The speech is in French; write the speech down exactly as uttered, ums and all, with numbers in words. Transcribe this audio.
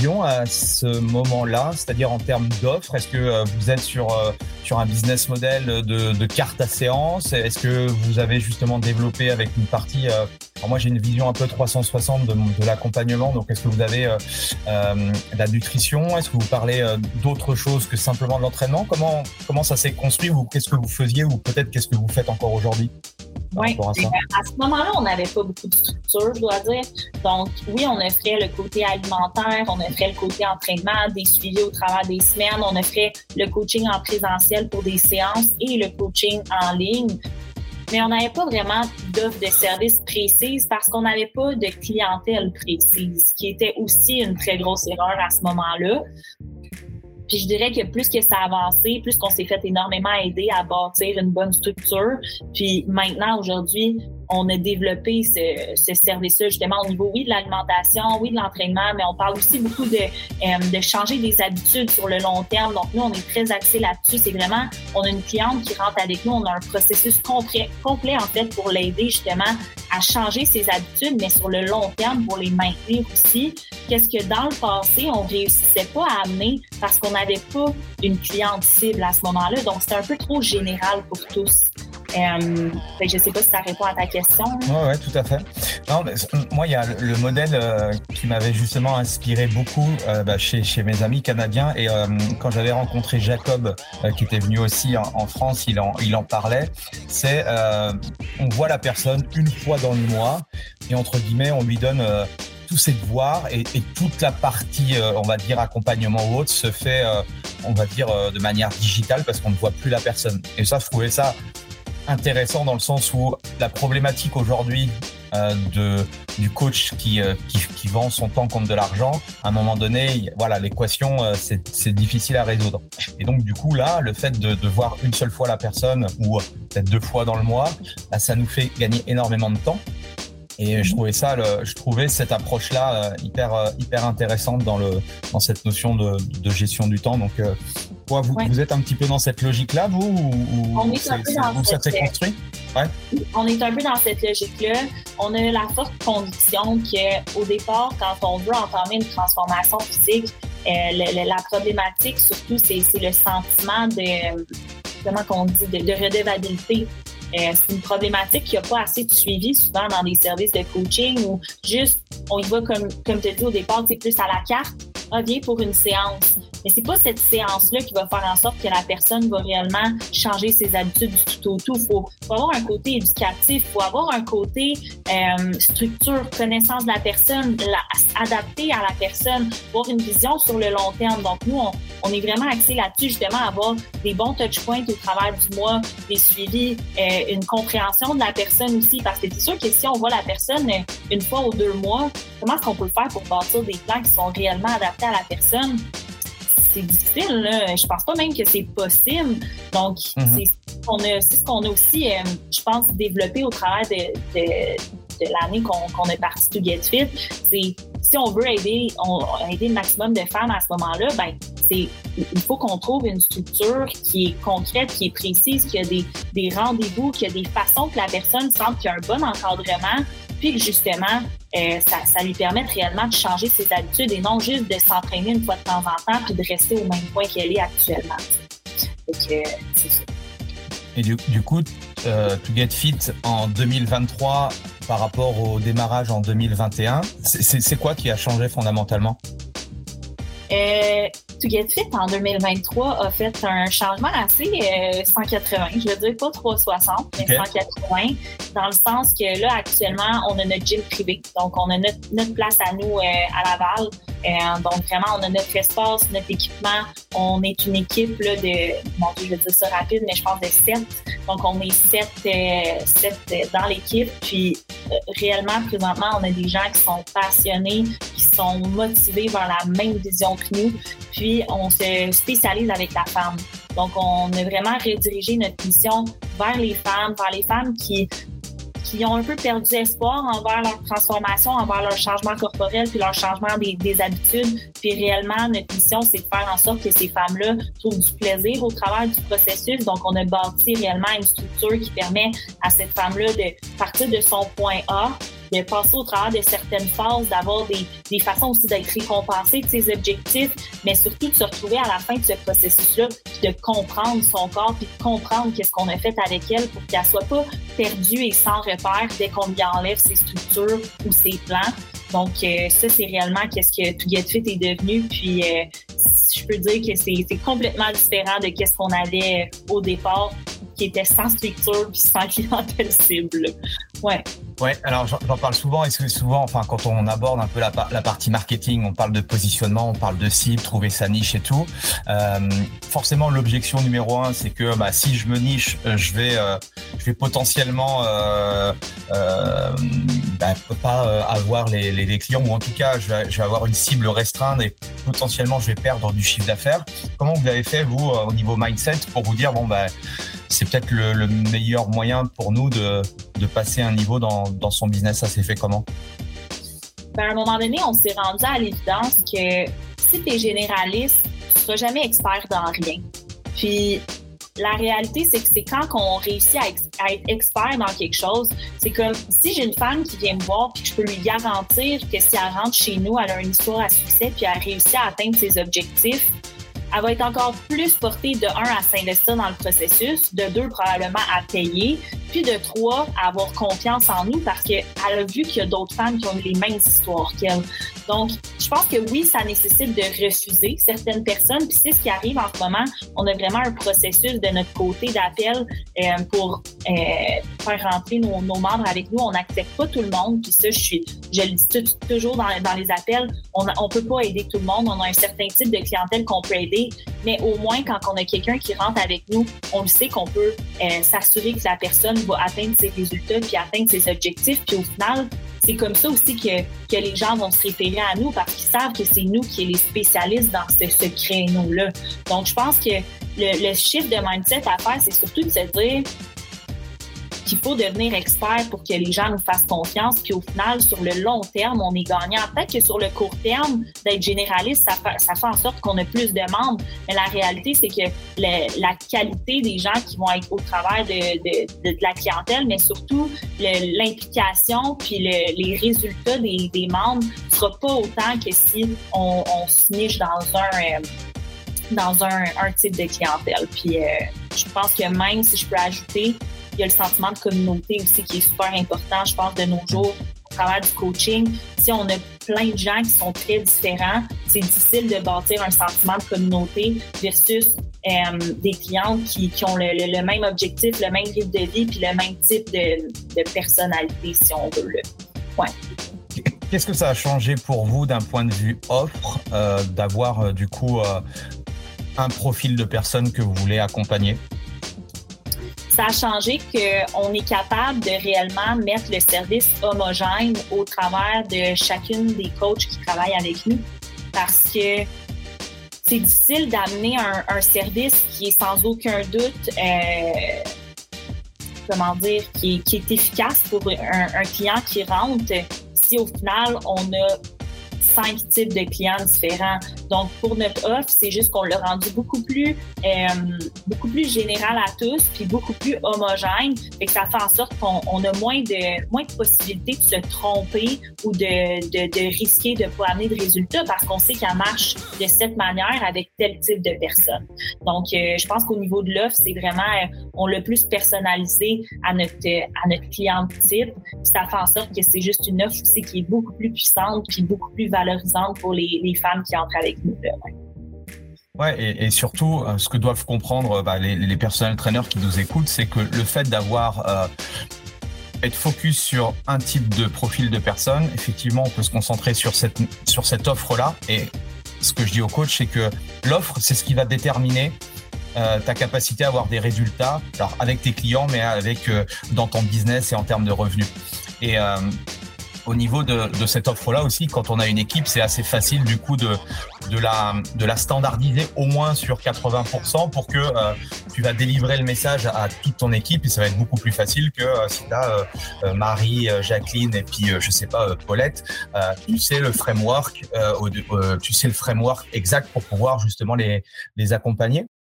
vision à ce moment-là, c'est-à-dire en termes d'offres? Est-ce que euh, vous êtes sur, euh, sur un business model de, de carte à séance? Est-ce que vous avez justement développé avec une partie... Euh, alors moi, j'ai une vision un peu trois cent soixante de, de l'accompagnement. Donc, est-ce que vous avez euh, euh, la nutrition? Est-ce que vous parlez euh, d'autre chose que simplement de l'entraînement? Comment, comment ça s'est construit? Ou qu'est-ce que vous faisiez? Ou peut-être qu'est-ce que vous faites encore aujourd'hui? Oui, à, à ce moment-là, on n'avait pas beaucoup de structure, je dois dire. Donc, oui, on offrait le côté alimentaire, on offrait le côté entraînement, des suivis au travers des semaines, on offrait le coaching en présentiel pour des séances et le coaching en ligne. Mais on n'avait pas vraiment d'offre de service précise parce qu'on n'avait pas de clientèle précise, qui était aussi une très grosse erreur à ce moment-là. Puis je dirais que plus que ça a avancé, plus qu'on s'est fait énormément aider à bâtir une bonne structure. Puis maintenant, aujourd'hui, on a développé ce, ce service-là justement au niveau, oui, de l'alimentation, oui, de l'entraînement, mais on parle aussi beaucoup de, euh, de changer des habitudes sur le long terme. Donc, nous, on est très axés là-dessus. C'est vraiment, on a une cliente qui rentre avec nous, on a un processus complet, complet en fait, pour l'aider justement à changer ses habitudes, mais sur le long terme, pour les maintenir aussi. Qu'est-ce que dans le passé, on réussissait pas à amener parce qu'on n'avait pas une cliente cible à ce moment-là. Donc, c'était un peu trop général pour tous. Euh, fait que je sais pas si ça répond à ta question. Oui, ouais, tout à fait. Non, mais, moi, il y a le, le modèle euh, qui m'avait justement inspiré beaucoup euh, bah, chez, chez mes amis canadiens. Et euh, quand j'avais rencontré Jacob, euh, qui était venu aussi en, en France, il en, il en parlait. C'est, euh, on voit la personne une fois dans le mois et entre guillemets, on lui donne euh, tous ses devoirs et, et toute la partie, euh, on va dire, accompagnement ou autre se fait, euh, on va dire, euh, de manière digitale parce qu'on ne voit plus la personne. Et ça, je trouvais ça intéressant dans le sens où la problématique aujourd'hui euh, de du coach qui, euh, qui qui vend son temps contre de l'argent, à un moment donné, voilà, l'équation euh, c'est c'est difficile à résoudre. Et donc du coup là, le fait de, de voir une seule fois la personne ou peut-être deux fois dans le mois, bah, ça nous fait gagner énormément de temps. Et je trouvais ça, le, je trouvais cette approche-là euh, hyper euh, hyper intéressante dans le dans cette notion de, de gestion du temps. Donc euh, Quoi, vous, ouais. vous êtes un petit peu dans cette logique-là, vous, ou, on est un peu dans vous, cette... ça s'est construit? Ouais. On est un peu dans cette logique-là. On a la forte conviction qu'au départ, quand on veut entamer une transformation physique, euh, le, le, la problématique, surtout, c'est, c'est le sentiment de, comment qu'on dit, de, de redevabilité. Euh, c'est une problématique qui n'a pas assez de suivi souvent dans des services de coaching où juste, on y va comme, comme tu as dit au départ, c'est plus à la carte. Ah, viens pour une séance. Mais c'est pas cette séance-là qui va faire en sorte que la personne va réellement changer ses habitudes du tout au tout. Il faut, faut avoir un côté éducatif, il faut avoir un côté euh, structure, connaissance de la personne, la, adapté à la personne, avoir une vision sur le long terme. Donc nous, on, on est vraiment axé là-dessus, justement, avoir des bons touchpoints au travers du mois, des suivis, euh, une compréhension de la personne aussi. Parce que c'est sûr que si on voit la personne une fois ou deux mois, comment est-ce qu'on peut le faire pour bâtir des plans qui sont réellement adaptés à la personne? C'est difficile, là. Je pense pas même que c'est possible. Donc, mm-hmm. c'est, ce qu'on a, c'est ce qu'on a aussi, euh, je pense, développé au travers de, de, de l'année qu'on, qu'on a parti to Get Fit. C'est, si on veut aider, on, aider le maximum de femmes à ce moment-là, ben, c'est, il faut qu'on trouve une structure qui est concrète, qui est précise, qui a des, des rendez-vous, qui a des façons que la personne sente qu'il y a un bon encadrement, puis que justement, euh, ça, ça lui permet réellement de changer ses habitudes et non juste de s'entraîner une fois de temps en temps puis de rester au même point qu'elle est actuellement. Donc, euh, c'est ça. Et du, du coup, euh, To Get Fit en deux mille vingt-trois par rapport au démarrage en deux mille vingt et un, c'est, c'est, c'est quoi qui a changé fondamentalement? Euh, To Get Fit en deux mille vingt-trois a fait un changement assez euh, cent quatre-vingts, je veux dire pas trois cent soixante, mais okay. cent quatre-vingts, dans le sens que là, actuellement, on a notre gym privé. Donc, on a notre, notre place à nous euh, à Laval. Euh, donc, vraiment, on a notre espace, notre équipement. On est une équipe là, de, bon, je vais dire ça rapide, mais je pense de sept. Donc, on est sept, euh, sept euh, dans l'équipe. Puis, euh, réellement, présentement, on a des gens qui sont passionnés, qui sont motivés vers la même vision que nous. Puis, on se spécialise avec la femme. Donc, on a vraiment redirigé notre mission vers les femmes, vers les femmes qui, qui ont un peu perdu espoir envers leur transformation, envers leur changement corporel, puis leur changement des, des habitudes. Puis réellement, notre mission, c'est de faire en sorte que ces femmes-là trouvent du plaisir au travers du processus. Donc, on a bâti réellement une structure qui permet à cette femme-là de partir de son point A, de passer au travers de certaines phases, d'avoir des, des façons aussi d'être récompensé de ses objectifs, mais surtout de se retrouver à la fin de ce processus-là, puis de comprendre son corps, puis de comprendre qu'est-ce qu'on a fait avec elle pour qu'elle soit pas perdue et sans repère dès qu'on lui enlève ses structures ou ses plans. Donc, euh, ça, c'est réellement qu'est-ce que To Get Fit est devenu. Puis, euh, je peux dire que c'est, c'est complètement différent de qu'est-ce qu'on avait au départ, qui était sans structure puis sans clientèle cible. Ouais. Ouais, alors j'en, j'en parle souvent, et souvent, enfin, quand on aborde un peu la, la partie marketing, on parle de positionnement, on parle de cible, trouver sa niche et tout. Euh, forcément, l'objection numéro un, c'est que bah, si je me niche, je vais, euh, je vais potentiellement euh, euh, bah, pas euh, avoir les, les, les clients, ou en tout cas, je vais, je vais avoir une cible restreinte et potentiellement, je vais perdre du chiffre d'affaires. Comment vous avez fait, vous, au niveau mindset, pour vous dire, bon, bah, c'est peut-être le, le meilleur moyen pour nous de, de passer un niveau dans, dans son business? Ça s'est fait comment? Ben, à un moment donné, on s'est rendu à l'évidence que si tu es généraliste, tu ne seras jamais expert dans rien. Puis, la réalité, c'est que c'est quand on réussit à, ex- à être expert dans quelque chose, c'est comme si j'ai une femme qui vient me voir puis que je peux lui garantir que si elle rentre chez nous, elle a une histoire à succès puis elle a réussi à atteindre ses objectifs, elle va être encore plus portée de un à s'investir dans le processus, de deux probablement à payer, puis de trois à avoir confiance en nous parce qu'elle a vu qu'il y a d'autres femmes qui ont eu les mêmes histoires qu'elle. Donc, je pense que oui, ça nécessite de refuser certaines personnes, puis c'est ce qui arrive en ce moment. On a vraiment un processus de notre côté d'appel euh, pour euh, faire rentrer nos, nos membres avec nous. On n'accepte pas tout le monde, puis ça, je suis, je le dis tout, toujours dans, dans les appels, on ne peut pas aider tout le monde. On a un certain type de clientèle qu'on peut aider, mais au moins, quand on a quelqu'un qui rentre avec nous, on le sait qu'on peut euh, s'assurer que la personne va atteindre ses résultats puis atteindre ses objectifs. Puis au final, c'est comme ça aussi que, que les gens vont se référer à nous parce qu'ils savent que c'est nous qui sommes les spécialistes dans ce, ce créneau-là. Donc, je pense que le, le shift de mindset à faire, c'est surtout de se dire qu'il faut devenir expert pour que les gens nous fassent confiance. Puis au final, sur le long terme, on est gagnant. Peut-être que sur le court terme, d'être généraliste, ça fait, ça fait en sorte qu'on a plus de membres. Mais la réalité, c'est que le, la qualité des gens qui vont être au travers de, de, de, de la clientèle, mais surtout le, l'implication puis le, les résultats des, des membres ne sera pas autant que si on, on se niche dans un... Euh, dans un, un type de clientèle. Puis euh, je pense que même si je peux ajouter, il y a le sentiment de communauté aussi qui est super important, je pense, de nos jours, au travers du coaching. Si on a plein de gens qui sont très différents, c'est difficile de bâtir un sentiment de communauté versus euh, des clientes qui, qui ont le, le, le même objectif, le même rythme de vie puis le même type de, de personnalité, si on veut. Là. Ouais. Qu'est-ce que ça a changé pour vous d'un point de vue offre, euh, d'avoir euh, du coup euh, un profil de personne que vous voulez accompagner? Ça a changé qu'on est capable de réellement mettre le service homogène au travers de chacune des coachs qui travaillent avec nous parce que c'est difficile d'amener un, un service qui est sans aucun doute, euh, comment dire, qui, qui est efficace pour un, un client qui rentre si au final on a cinq types de clients différents. Donc, pour notre offre, c'est juste qu'on l'a rendu beaucoup plus euh, beaucoup plus général à tous, puis beaucoup plus homogène. Fait que ça fait en sorte qu'on on a moins de moins de possibilités de se tromper ou de, de, de risquer de ne pas amener de résultats parce qu'on sait qu'elle marche de cette manière avec tel type de personne. Donc, euh, je pense qu'au niveau de l'offre, c'est vraiment, euh, on l'a plus personnalisé à notre, à notre cliente type. Puis ça fait en sorte que c'est juste une offre aussi qui est beaucoup plus puissante puis beaucoup plus valorisante pour les, les femmes qui entrent avec nous. Là. Ouais, et, et surtout, ce que doivent comprendre bah, les, les personnel trainers qui nous écoutent, c'est que le fait d'avoir euh, être focus sur un type de profil de personne, effectivement, on peut se concentrer sur cette sur cette offre-là. Et ce que je dis aux coachs, c'est que l'offre, c'est ce qui va déterminer euh, ta capacité à avoir des résultats, alors avec tes clients, mais avec euh, dans ton business et en termes de revenus. Et euh, au niveau de, de cette offre-là aussi, quand on a une équipe, c'est assez facile du coup de, de, la, de la standardiser au moins sur quatre-vingts pour cent pour que euh, tu vas délivrer le message à toute ton équipe et ça va être beaucoup plus facile que euh, si tu as euh, euh, Marie, euh, Jacqueline et puis euh, je sais pas, euh, Paulette, euh, tu sais le framework, euh, euh, tu sais le framework exact pour pouvoir justement les, les accompagner.